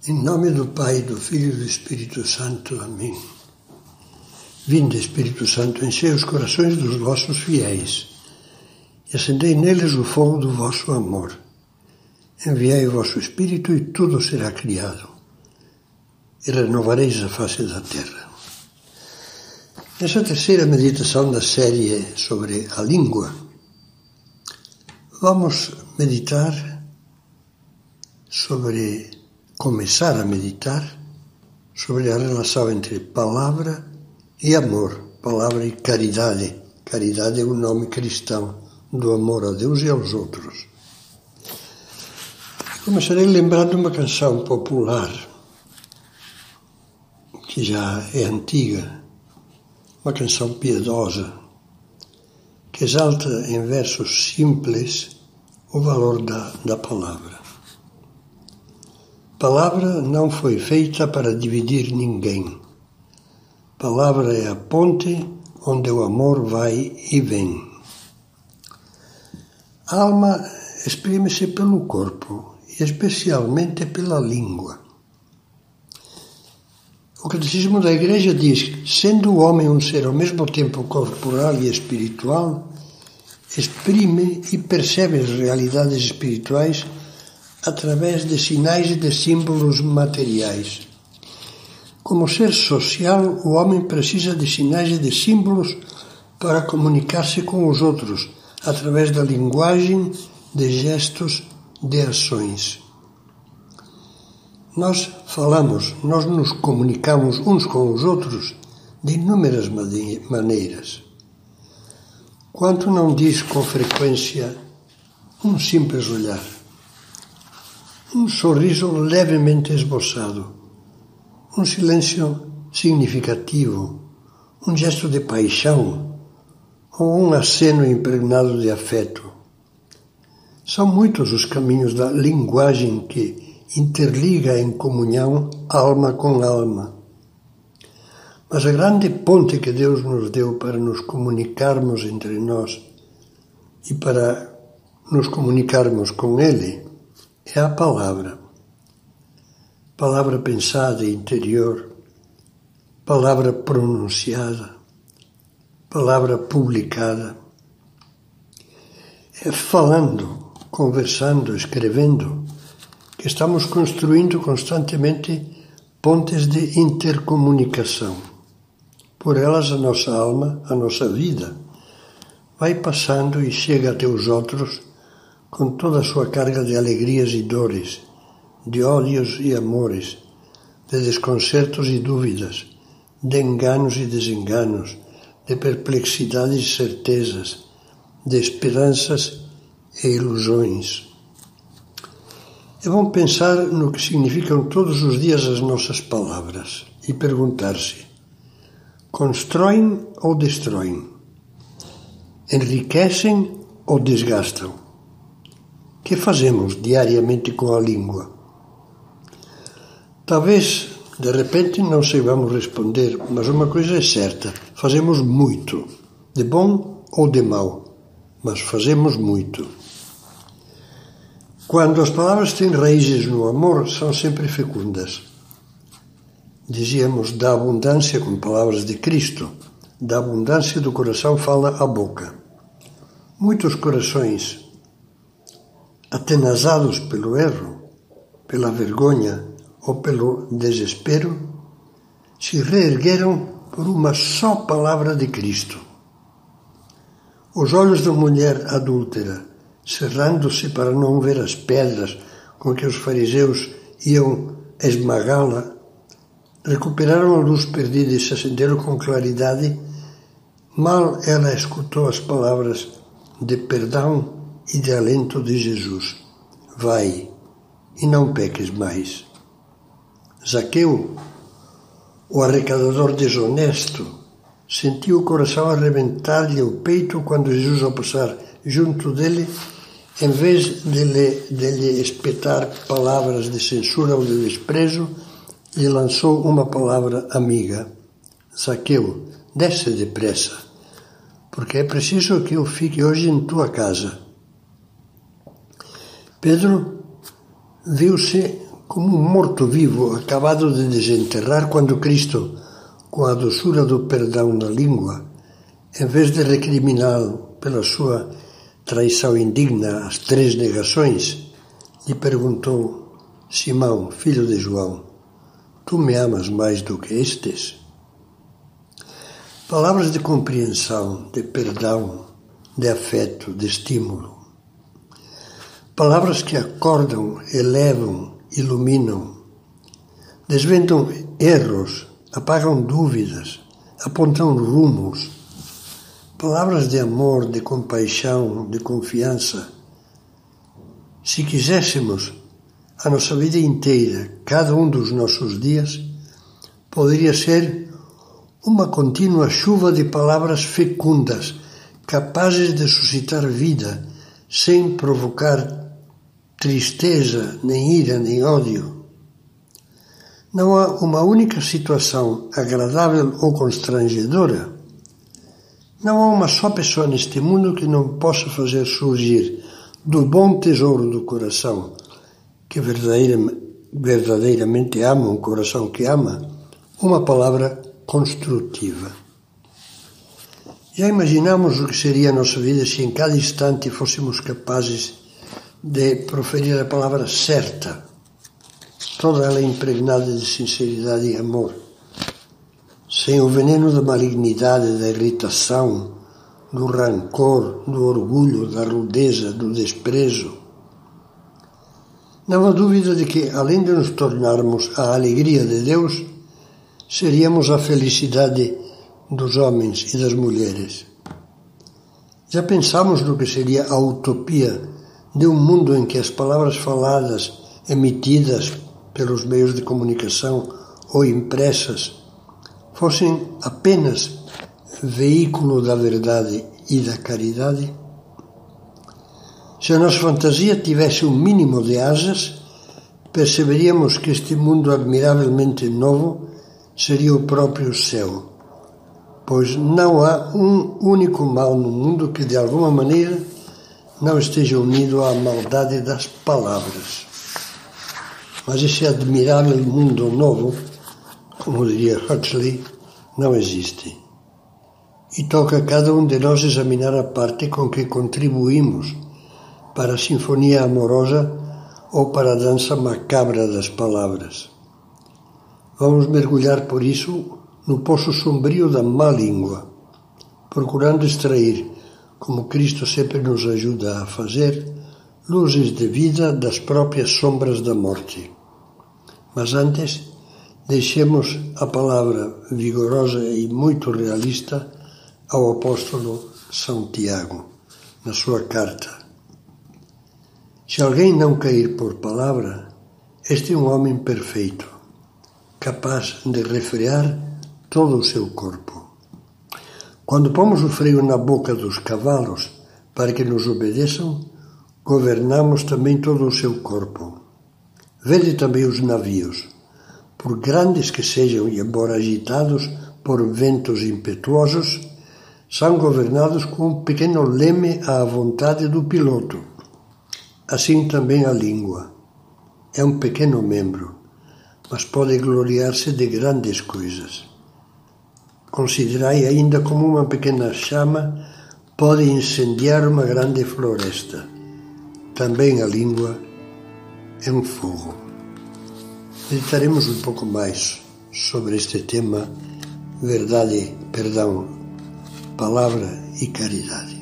Em nome do Pai, do Filho e do Espírito Santo. Amém. Vinde, Espírito Santo, enchei os corações dos vossos fiéis e acendei neles o fogo do vosso amor. Enviai o vosso Espírito e tudo será criado, e renovareis a face da terra. Nessa terceira meditação da série sobre a língua, vamos começar a meditar sobre a relação entre palavra e amor, palavra e caridade. Caridade é o nome cristão do amor a Deus e aos outros. Começarei lembrando uma canção popular, que já é antiga, uma canção piedosa, que exalta em versos simples o valor da palavra. Palavra não foi feita para dividir ninguém. Palavra é a ponte onde o amor vai e vem. A alma exprime-se pelo corpo e especialmente pela língua. O Catecismo da Igreja diz que, sendo o homem um ser ao mesmo tempo corporal e espiritual, exprime e percebe as realidades espirituais através de sinais e de símbolos materiais. Como ser social, o homem precisa de sinais e de símbolos para comunicar-se com os outros, através da linguagem, de gestos, de ações. Nós nos comunicamos uns com os outros de inúmeras maneiras. Quanto não diz com frequência um simples olhar, um sorriso levemente esboçado, um silêncio significativo, um gesto de paixão ou um aceno impregnado de afeto. São muitos os caminhos da linguagem que interliga em comunhão alma com alma. Mas a grande ponte que Deus nos deu para nos comunicarmos entre nós e para nos comunicarmos com Ele é a palavra. Palavra pensada e interior, palavra pronunciada, palavra publicada. É falando, conversando, escrevendo, que estamos construindo constantemente pontes de intercomunicação. Por elas a nossa alma, a nossa vida, vai passando e chega até os outros com toda a sua carga de alegrias e dores, de ódios e amores, de desconcertos e dúvidas, de enganos e desenganos, de perplexidades e certezas, de esperanças e ilusões. É bom pensar no que significam todos os dias as nossas palavras e perguntar-se: constroem ou destroem? Enriquecem ou desgastam? O que fazemos diariamente com a língua? Talvez, de repente, não saibamos responder, mas uma coisa é certa: fazemos muito, de bom ou de mal, mas fazemos muito. Quando as palavras têm raízes no amor, são sempre fecundas. Dizíamos da abundância com palavras de Cristo, da abundância do coração fala a boca. Muitos corações, atenazados pelo erro, pela vergonha ou pelo desespero, se reergueram por uma só palavra de Cristo. Os olhos da mulher adúltera, cerrando-se para não ver as pedras com que os fariseus iam esmagá-la, recuperaram a luz perdida e se acenderam com claridade. Mal ela escutou as palavras de perdão e de alento de Jesus: vai e não peques mais. Zaqueu, o arrecadador desonesto, sentiu o coração arrebentar-lhe o peito quando Jesus, ao passar junto dele, em vez de lhe espetar palavras de censura ou de desprezo, lhe lançou uma palavra amiga: Zaqueu, desce depressa, porque é preciso que eu fique hoje em tua casa. Pedro viu-se como um morto-vivo acabado de desenterrar quando Cristo, com a doçura do perdão na língua, em vez de recriminá-lo pela sua traição indigna às 3 negações, lhe perguntou: Simão, filho de João, tu me amas mais do que estes? Palavras de compreensão, de perdão, de afeto, de estímulo. Palavras que acordam, elevam, iluminam, desvendam erros, apagam dúvidas, apontam rumos. Palavras de amor, de compaixão, de confiança. Se quiséssemos, a nossa vida inteira, cada um dos nossos dias, poderia ser uma contínua chuva de palavras fecundas, capazes de suscitar vida, sem provocar tristeza, nem ira, nem ódio. Não há uma única situação agradável ou constrangedora. Não há uma só pessoa neste mundo que não possa fazer surgir do bom tesouro do coração, que verdadeiramente ama, um coração que ama, uma palavra construtiva. Já imaginamos o que seria a nossa vida se em cada instante fôssemos capazes de proferir a palavra certa, toda ela impregnada de sinceridade e amor, sem o veneno da malignidade, da irritação, do rancor, do orgulho, da rudeza, do desprezo. Não há dúvida de que, além de nos tornarmos a alegria de Deus, seríamos a felicidade dos homens e das mulheres. Já pensamos no que seria a utopia de um mundo em que as palavras faladas, emitidas pelos meios de comunicação ou impressas, fossem apenas veículo da verdade e da caridade? Se a nossa fantasia tivesse um mínimo de asas, perceberíamos que este mundo admiravelmente novo seria o próprio céu, pois não há um único mal no mundo que de alguma maneira não esteja unido à maldade das palavras. Mas esse admirável mundo novo, como diria Huxley, não existe. E toca a cada um de nós examinar a parte com que contribuímos para a sinfonia amorosa ou para a dança macabra das palavras. Vamos mergulhar, por isso, no poço sombrio da má língua, procurando extrair, como Cristo sempre nos ajuda a fazer, luzes de vida das próprias sombras da morte. Mas antes, deixemos a palavra vigorosa e muito realista ao apóstolo São Tiago, na sua carta. Se alguém não cair por palavra, este é um homem perfeito, capaz de refrear todo o seu corpo. Quando pomos o freio na boca dos cavalos para que nos obedeçam, governamos também todo o seu corpo. Vede também os navios, por grandes que sejam e embora agitados por ventos impetuosos, são governados com um pequeno leme à vontade do piloto. Assim também a língua. É um pequeno membro, mas pode gloriar-se de grandes coisas. Considerai ainda como uma pequena chama pode incendiar uma grande floresta. Também a língua é um fogo. Meditaremos um pouco mais sobre este tema: verdade, perdão, palavra e caridade.